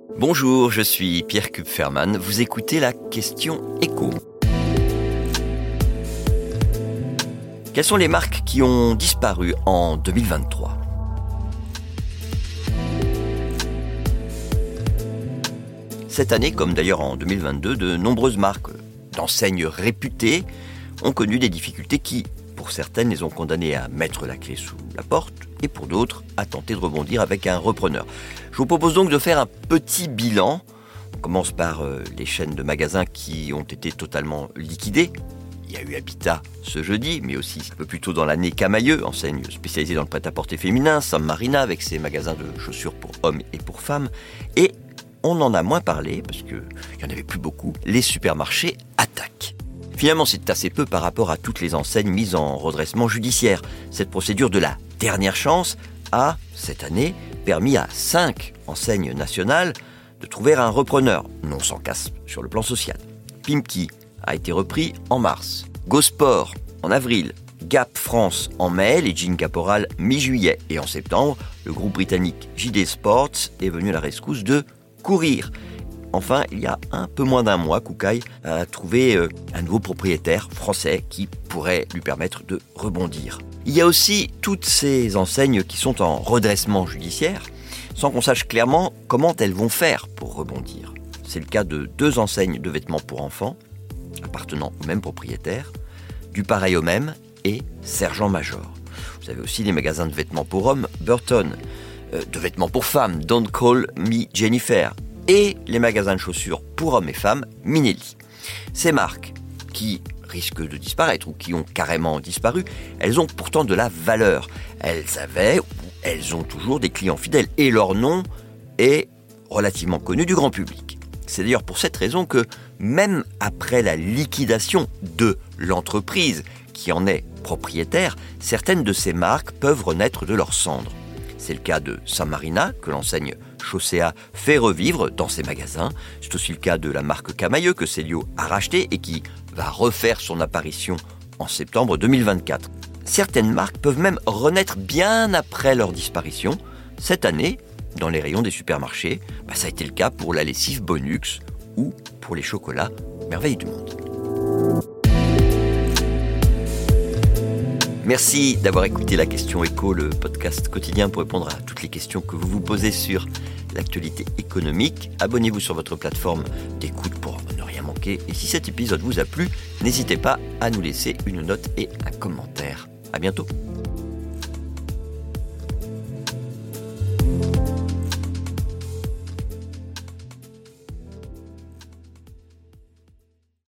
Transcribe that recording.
Bonjour, je suis Pierre Kupferman. Vous écoutez la question écho. Quelles sont les marques qui ont disparu en 2023 ? Cette année, comme d'ailleurs en 2022, de nombreuses marques d'enseignes réputées ont connu des difficultés qui, pour certaines, les ont condamnées à mettre la clé sous la porte et pour d'autres, à tenter de rebondir avec un repreneur. Je vous propose donc de faire un petit bilan. On commence par les chaînes de magasins qui ont été totalement liquidées. Il y a eu Habitat ce jeudi, mais aussi un peu plus tôt dans l'année Camaïeu, enseigne spécialisée dans le prêt-à-porter féminin, San Marina avec ses magasins de chaussures pour hommes et pour femmes. Et on en a moins parlé, parce qu'il n'y en avait plus beaucoup, les supermarchés attaquent. Finalement, c'est assez peu par rapport à toutes les enseignes mises en redressement judiciaire. Cette procédure de la dernière chance a, cette année, permis à 5 enseignes nationales de trouver un repreneur, non sans casse sur le plan social. Pimki a été repris en mars, Go-Sport en avril, Gap France en mai, les jeans Caporal mi-juillet et en septembre, le groupe britannique JD Sports est venu à la rescousse de Courir. Enfin, il y a un peu moins d'un mois, Kookai a trouvé un nouveau propriétaire français qui pourrait lui permettre de rebondir. Il y a aussi toutes ces enseignes qui sont en redressement judiciaire, sans qu'on sache clairement comment elles vont faire pour rebondir. C'est le cas de 2 enseignes de vêtements pour enfants, appartenant au même propriétaire, du pareil au même et Sergent-Major. Vous avez aussi les magasins de vêtements pour hommes, Burton, de vêtements pour femmes, Don't Call Me Jennifer, et les magasins de chaussures pour hommes et femmes, Minelli. Ces marques qui risquent de disparaître ou qui ont carrément disparu, elles ont pourtant de la valeur. Elles avaient ou elles ont toujours des clients fidèles et leur nom est relativement connu du grand public. C'est d'ailleurs pour cette raison que même après la liquidation de l'entreprise qui en est propriétaire, certaines de ces marques peuvent renaître de leurs cendres. C'est le cas de San Marina, que l'enseigne Chaussea fait revivre dans ses magasins. C'est aussi le cas de la marque Camaïeu, que Célio a racheté et qui va refaire son apparition en septembre 2024. Certaines marques peuvent même renaître bien après leur disparition. Cette année, dans les rayons des supermarchés, ça a été le cas pour la lessive Bonux ou pour les chocolats Merveille du Monde. Merci d'avoir écouté La Question Écho, le podcast quotidien pour répondre à toutes les questions que vous vous posez sur l'actualité économique. Abonnez-vous sur votre plateforme d'écoute pour ne rien manquer. Et si cet épisode vous a plu, n'hésitez pas à nous laisser une note et un commentaire. À bientôt.